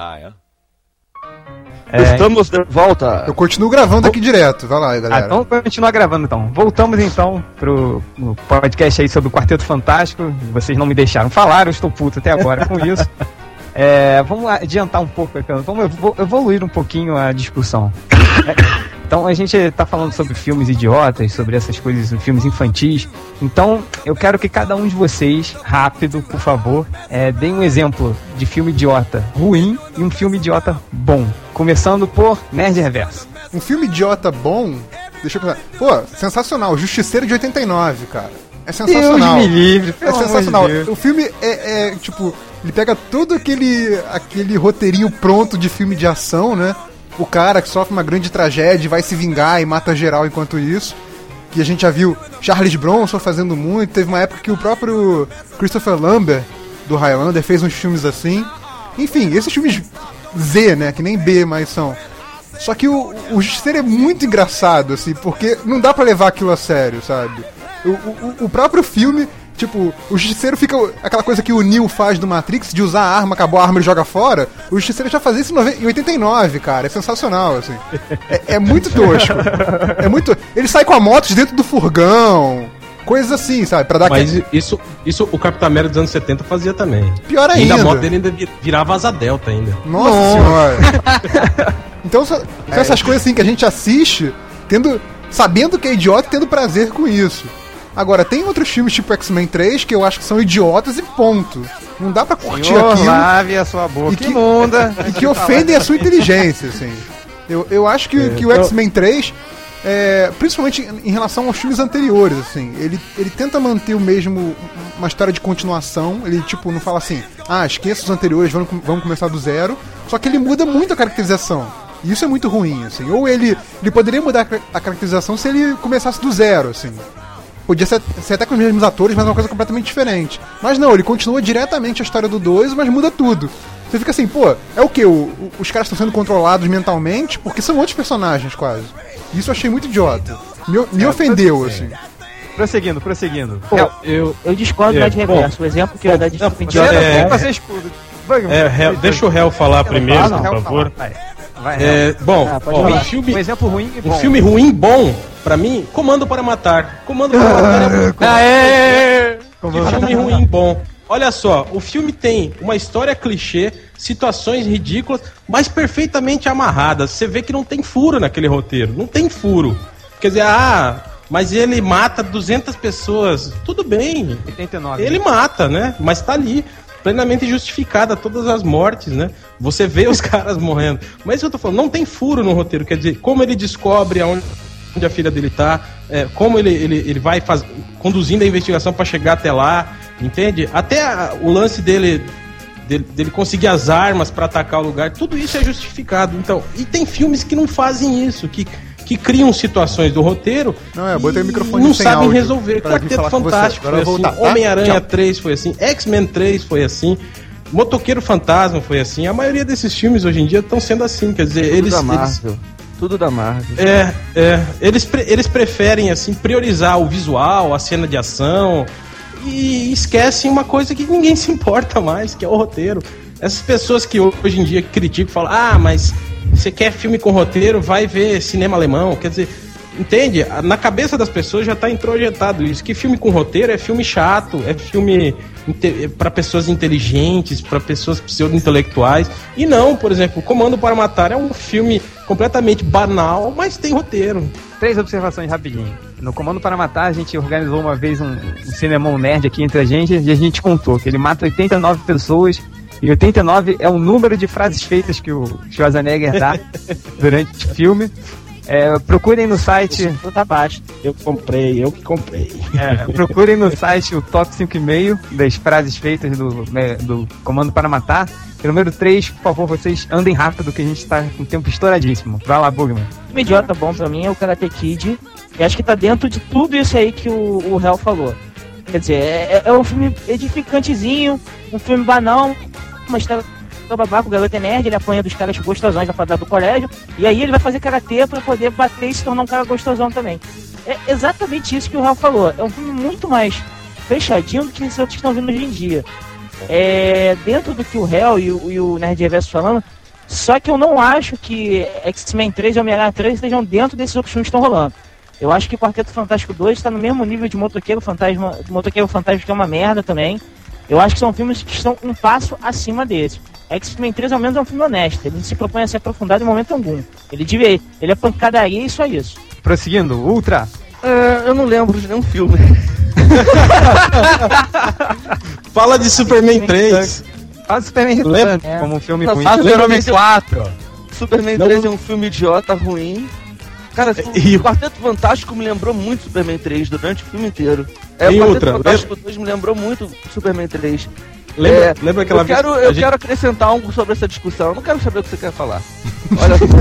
Messiah. É, Estamos de volta. Eu continuo gravando aqui direto. Vai lá, Ah, galera. então vamos continuar gravando então. Voltamos então pro no podcast aí sobre o Quarteto Fantástico. Vocês não me deixaram falar, eu estou puto até agora com isso. É, vamos adiantar um pouco, vamos evo- evoluir um pouquinho a discussão. Então a gente tá falando sobre filmes idiotas, sobre essas coisas, filmes infantis. Então eu quero que cada um de vocês, rápido, por favor, é, deem um exemplo de filme idiota ruim e um filme idiota bom. Começando por Nerd Reverso. Um filme idiota bom. Deixa eu pensar. Pô, sensacional. Justiceiro de oitenta e nove, cara. É sensacional. Deus me livre, É pelo amor de sensacional. Deus. O filme é, é, tipo, ele pega todo aquele, aquele roteirinho pronto de filme de ação, né? O cara que sofre uma grande tragédia vai se vingar e mata geral enquanto isso. Que a gente já viu Charles Bronson fazendo muito. Teve uma época que o próprio Christopher Lambert, do Highlander, fez uns filmes assim. Enfim, esses filmes Z, né? Que nem B, mas são. Só que o, o Justiceiro é muito engraçado, assim, porque não dá pra levar aquilo a sério, sabe? O, o, o próprio filme, tipo, o Justiceiro fica aquela coisa que o Neo faz do Matrix, de usar a arma, acabou a arma e joga fora. O Justiceiro já fazia isso em oitenta e nove, cara. É sensacional, assim. É, é muito tosco. É muito. Ele sai com a moto de dentro do furgão. Coisas assim, sabe? Pra dar Mas aquele... isso, isso o Capitão América dos anos setenta fazia também. Pior E ainda ainda. a moto dele ainda vi- virava asa delta ainda. Nossa, senhora. Então são, são essas coisas assim que a gente assiste, tendo, sabendo que é idiota e tendo prazer com isso. Agora, tem outros filmes tipo X-Men três que eu acho que são idiotas e ponto. Não dá pra curtir Senhor, aquilo lave a sua boca e que, imunda. e que ofendem a sua inteligência, assim. Eu, eu acho que, que o X-Men três, é, principalmente em relação aos filmes anteriores, assim, ele, ele tenta manter o mesmo, uma história de continuação. Ele, tipo, não fala assim, ah, esqueça os anteriores, vamos, vamos começar do zero. Só que ele muda muito a caracterização. E isso é muito ruim, assim. Ou ele, ele poderia mudar a caracterização se ele começasse do zero, assim. Podia ser, ser até com os mesmos atores, mas é uma coisa completamente diferente. Mas não, ele continua diretamente a história do dois, mas muda tudo. Você fica assim, pô, é o quê? O, o, os caras estão sendo controlados mentalmente? Porque são outros personagens, quase. Isso eu achei muito idiota. Me, me ofendeu, assim. Prosseguindo, prosseguindo. Pô, Hel- Eu, Eu discordo É, da de reverso. O exemplo que eu ia dar de não, filme você- idiota é, bom. Você escuda. Bugman, é, Hel- deixa o réu falar primeiro, Fala, por Hel, favor. fala. Vai, vai, Hel. É, bom, Ah, pode ó, falar. um filme, Um exemplo ruim e bom. um filme ruim bom, pra mim, Comando para Matar. Comando para Matar é muito Aê! Que filme ruim bom. Olha só, o filme tem uma história clichê, situações ridículas, mas perfeitamente amarradas. Você vê que não tem furo naquele roteiro, não tem furo. Quer dizer, ah, mas ele mata duzentas pessoas. Tudo bem, oitenta e nove. ele mata, né? Mas tá ali, plenamente justificada todas as mortes, né? Você vê os caras morrendo. Mas isso eu tô falando, não tem furo no roteiro. Quer dizer, como ele descobre aonde onde a filha dele tá, é, como ele, ele, ele vai faz, conduzindo a investigação pra chegar até lá, entende? Até a, o lance dele, dele, dele conseguir as armas pra atacar o lugar, tudo isso é justificado. Então, e tem filmes que não fazem isso, que, que criam situações do roteiro Não, é, botei e o microfone não sem sabem áudio resolver. pra vir Quarteto falar com você. Fantástico Agora foi eu vou assim, voltar, tá? Homem-Aranha Tchau. três foi assim, X-Men três foi assim, Motoqueiro Fantasma foi assim. A maioria desses filmes hoje em dia estão sendo assim, quer dizer, Tudo eles... da eles Marvel. Tudo da Marvel. é, é. Eles, pre- eles preferem, assim, priorizar o visual, a cena de ação e esquecem uma coisa que ninguém se importa mais, que é o roteiro. Essas pessoas que hoje em dia criticam, falam, ah, mas você quer filme com roteiro, vai ver cinema alemão. Quer dizer, entende? Na cabeça das pessoas já está introjetado isso, que filme com roteiro é filme chato, é filme para pessoas inteligentes, para pessoas pseudo-intelectuais. E não, por exemplo, Comando para Matar é um filme completamente banal, mas tem roteiro. Três observações rapidinho. No Comando para Matar, a gente organizou uma vez um, um cinemão nerd aqui entre a gente e a gente contou que ele mata oitenta e nove pessoas e oitenta e nove é o número de frases feitas que o Schwarzenegger dá durante o filme. É, procurem no site. Tudo abaixo. Eu comprei, eu que comprei. É, procurem no site o top cinco e meio das frases feitas do, né, do Comando para Matar. E número três, por favor, vocês andem rápido que a gente tá com o tempo estouradíssimo. Vai lá, Bugman. Um idiota bom pra mim é o Karate Kid. E acho que tá dentro de tudo isso aí que o, o Hell falou. Quer dizer, é, é um filme edificantezinho, um filme banal, uma história do babaca, o garoto é nerd, ele apanha dos caras gostosões da fadada do colégio, e aí ele vai fazer karatê pra poder bater e se tornar um cara gostosão também. É exatamente isso que o Hell falou. É um filme muito mais fechadinho do que esses outros que estão vindo hoje em dia. É, dentro do que o Hell e o, e o Nerd Reverso falando, Só que eu não acho que X-Men três e Homem-Aranha três estejam dentro desses outros filmes que estão rolando. Eu acho que Quarteto Fantástico dois está no mesmo nível de Motoqueiro Fantasma, Motoqueiro Fantasma, que é uma merda também. Eu acho que são filmes que estão um passo acima desses. X-Men três, ao menos, é um filme honesto. Ele não se propõe a se aprofundar em momento algum. Ele, ele é pancadaria e só isso. Prosseguindo, Ultra. Uh, eu não lembro de nenhum filme. Fala de Superman três. Fala de Superman Lembra? É. Como um filme Não, ruim. Faz o Superman quatro. Superman Não. três é um filme idiota, ruim. Cara, E o Quarteto Fantástico me lembrou muito Superman três durante o filme inteiro. É, E o outra, Quarteto Fantástico dois me lembrou muito Superman três. Lembra, É, lembra aquela eu vez quero, que a eu gente- quero acrescentar algo sobre essa discussão. Eu não quero saber o que você quer falar. Olha só,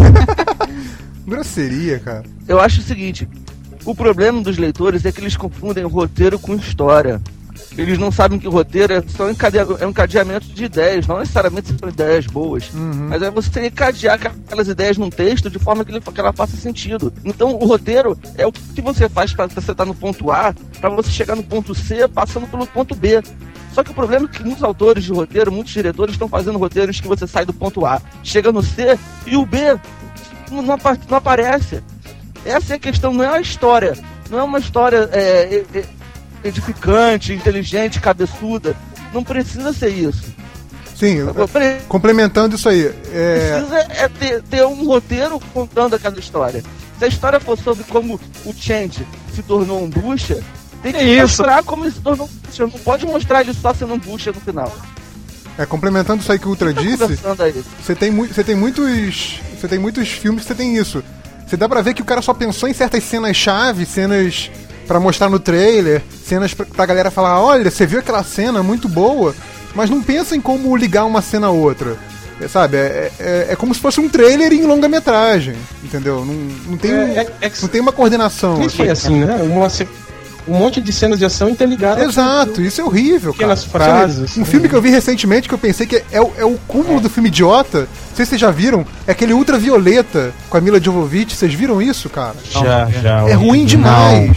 Grosseria, cara. eu acho o seguinte: o problema dos leitores é que eles confundem roteiro com história. Eles não sabem que roteiro é só encadea- é um encadeamento de ideias, não necessariamente são ideias boas. Uhum. Mas é você encadear aquelas ideias num texto de forma que, ele, que ela faça sentido. Então o roteiro é o que você faz para você estar no ponto A, para você chegar no ponto C, passando pelo ponto B. Só que o problema é que muitos autores de roteiro, muitos diretores estão fazendo roteiros que você sai do ponto A, chega no C e o B não, não apa- não aparece. Essa é a questão, não é a história. Não é uma história é, é, edificante, inteligente, cabeçuda. Não precisa ser isso. Sim, Pre- complementando isso aí. É, Precisa é ter, ter um roteiro contando aquela história. Se a história for sobre como o Change se tornou um bucha, tem que É isso. mostrar como ele se tornou um bucha. Não pode mostrar ele só sendo um bucha no final. é, complementando isso aí que o Ultra Tá disse, conversando aí. você tem, mu- você tem muitos. Você tem muitos filmes que você tem isso. Você dá pra ver que o cara só pensou em certas cenas-chave, cenas pra mostrar no trailer, cenas pra, pra galera falar, olha, você viu aquela cena muito boa, mas não pensa em como ligar uma cena a outra. É, sabe, é, é, é como se fosse um trailer em longa-metragem, entendeu? Não, não, tem, um- É, é, é, não tem uma coordenação. Nem foi assim, né? Uma, se- um monte de cenas de ação interligadas. Exato, isso é horrível, cara. Pequenas frases, Um né? filme que eu vi recentemente que eu pensei que é, o- é o cúmulo do filme idiota. Não sei se vocês já viram. É aquele Ultravioleta com a Mila Jovovich. Vocês viram isso, cara? Já, já. É ruim original. demais.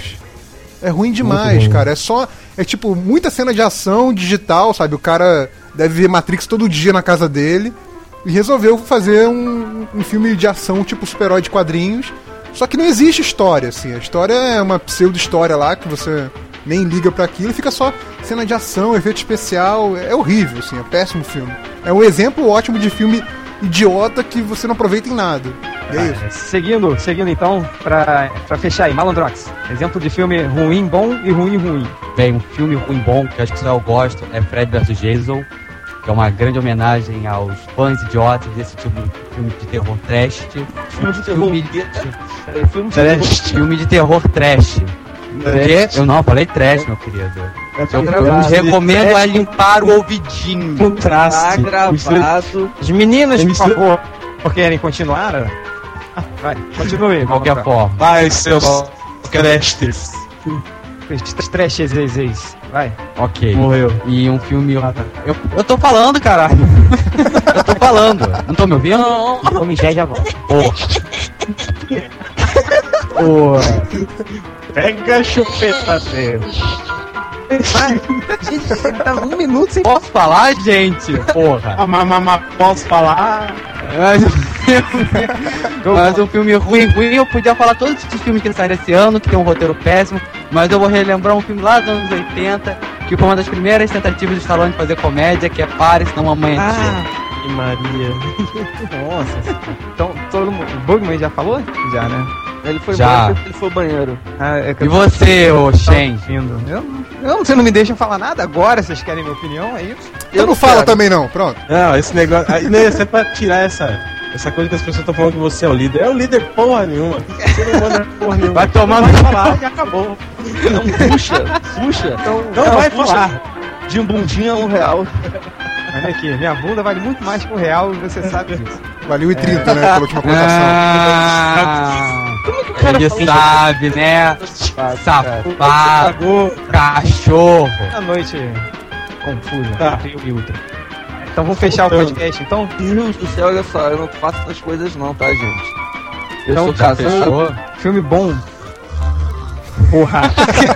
É ruim demais, ruim. cara. É só. É tipo, muita cena de ação digital, sabe? O cara deve ver Matrix todo dia na casa dele. E resolveu fazer um, um filme de ação tipo super-herói de quadrinhos. Só que não existe história, assim. A história é uma pseudo-história lá que você nem liga pra aquilo. Fica só cena de ação, efeito especial. É horrível, assim. É péssimo filme. É um exemplo ótimo de filme idiota que você não aproveita em nada. E é isso. Seguindo, seguindo então, pra, pra fechar aí, Malandrox. Exemplo de filme ruim, bom e ruim, ruim. Bem, um filme ruim bom, que eu acho que só eu gosto, é Fred versus Jason, que é uma grande homenagem aos fãs idiotas desse tipo de filme de terror trash. Filme de terror. Filme de, É, filme de terror. filme de terror trash. Porque, eu não, falei trash, meu querido. Eu, eu recomendo a limpar o ouvidinho. Contraste. Tá gravado. Os meninos, por Eles- favor, querem continuar? Ah, vai, continue. De qualquer Malandrox. forma. Vai, seus crashters. Os trashes, ex, ex. Vai. Ok. Morreu. E um filme. Eu, eu tô falando, caralho. Eu tô falando. Não tô me ouvindo? Homem já já volta. Porra. Pega a chupeta dele. Tá um minuto sem. Posso falar, gente? Porra. Ah, mas, mas, mas posso falar? Mas, mas um filme ruim, ruim, eu podia falar todos esses filmes que saíram esse ano, que tem um roteiro péssimo, mas eu vou relembrar um filme lá dos anos oitenta, que foi uma das primeiras tentativas do Stallone de fazer comédia, que é Pare, senão mamãe é tia. Que Maria. Nossa. Então, todo mundo. O Bugman já falou? Já, né? Ele foi Já. embora porque ele foi ao banheiro. Ah, é que E eu você, ô Shen? tô ouvindo. Eu, eu, você não me deixa falar nada agora, vocês querem minha opinião, é isso? Eu não fala quero. também não, pronto. Não, esse negócio. Aí, né, isso é pra tirar essa, essa coisa que as pessoas estão falando que você é o líder. É o líder porra nenhuma. Você não manda porra nenhuma. Vai tomar Vai no falar e acabou. Não, puxa, puxa. Não, Não, vai puxa. falar. De um bundinha a um real. Olha aqui, minha bunda vale muito mais que o real e você sabe disso. Valeu e trinta, né, pela última cotação. Ah, ele sabe, né? Safado, cachorro. Boa noite confusa Tá. entre eu e Ultra. Então vamos fechar o podcast, então? Deus do céu, olha só, eu não faço essas coisas não, tá, gente? Eu Então, sou já casado. Fechou? Filme bom. Porra.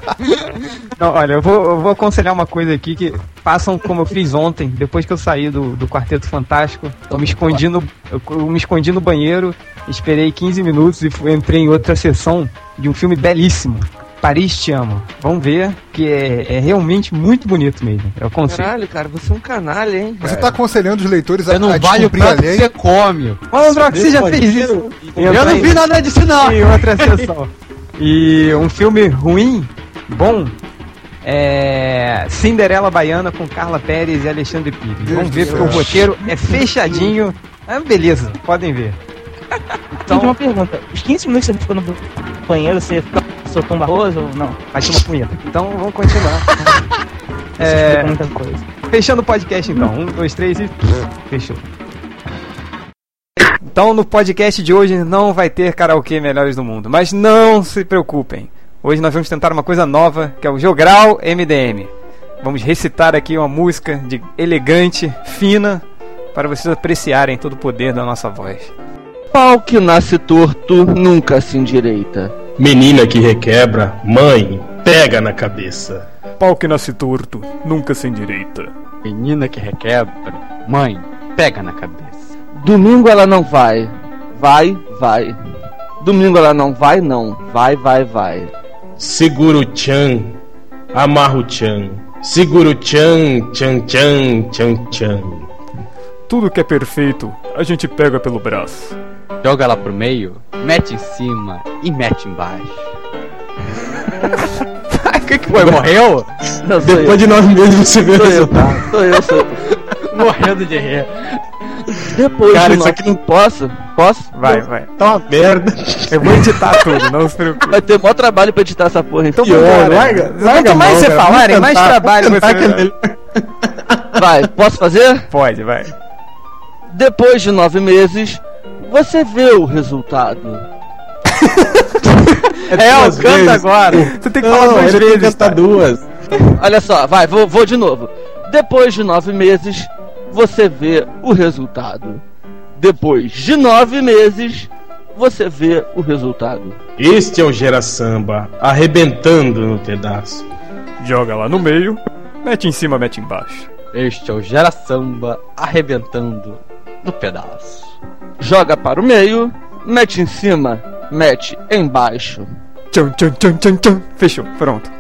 Não, olha, eu vou, eu vou aconselhar uma coisa aqui que façam como eu fiz ontem, depois que eu saí do, do Quarteto Fantástico. Eu me escondi no, eu, eu me escondi no banheiro, esperei quinze minutos e fui, entrei em outra sessão de um filme belíssimo. Paris Te Amo. Vamos ver, que é, é realmente muito bonito mesmo. Eu aconselho. Caralho, cara, você é um canalha, hein? Você tá aconselhando os leitores a, Você não a vale o descobrir prato a que lei? você come. Malandrox, você já fez isso? Eu não vi nada disso, não. Em outra sessão. E um filme ruim, bom, é Cinderela Baiana com Carla Pérez e Alexandre Pires. Deus Vamos ver, do porque o céu. roteiro é fechadinho. É beleza, podem ver. Então, uma pergunta: os quinze minutos que você ficou no banheiro, você ficou soltando barroso ou não? Bati uma punheta. Então vamos continuar. Isso É, explica muita coisa. fechando o podcast então. Um, dois, três e. Fechou. Então no podcast de hoje não vai ter karaokê Melhores do Mundo. Mas não se preocupem. Hoje nós vamos tentar uma coisa nova, que é o Jogral M D M. Vamos recitar aqui uma música de elegante, fina, para vocês apreciarem todo o poder da nossa voz. Pau que nasce torto nunca se endireita. Menina que requebra, mãe, pega na cabeça. Pau que nasce torto, nunca se endireita. Menina que requebra, mãe, pega na cabeça. Domingo ela não vai. Vai, vai. Domingo ela não vai, não. Vai, vai, vai. Segura o tchan, amarra o tchan. Segura o tchan, tchan, tchan, tchan, tchan. Tudo que é perfeito, a gente pega pelo braço. Joga ela pro meio, mete em cima e mete embaixo. O que que foi? Morreu? Não, sou Depois de nove meses você vê o eu. Sou eu, resultado. sou eu, sou eu. Morrendo de rir. Depois Cara, de isso nove... aqui não- Posso? Posso? Vai, vai. Tá uma merda. Eu vou editar tudo, não se preocupe. Vai ter maior trabalho pra editar essa porra. Então, Então, Pior, vambora. larga, larga Quanto a mais mão, você cara. falarem, Vamos mais tentar, trabalho vamos você tentar que é vai melhor. vai, posso fazer? Pode, vai. Depois de nove meses, você vê o resultado. É, ó, duas canta vezes. agora. Você tem que Não, falar duas ele tem que vezes. cantar tá? duas. Olha só, vai, vou, vou de novo. Depois de nove meses, você vê o resultado. Depois de nove meses, você vê o resultado. Este é o Gera Samba, arrebentando no pedaço. Joga lá no meio, mete em cima, mete embaixo. Este é o Gera Samba arrebentando no pedaço. Joga para o meio, mete em cima, mete embaixo. Tchan, tchan, tchan, tchan, tchan. Fechou, pronto.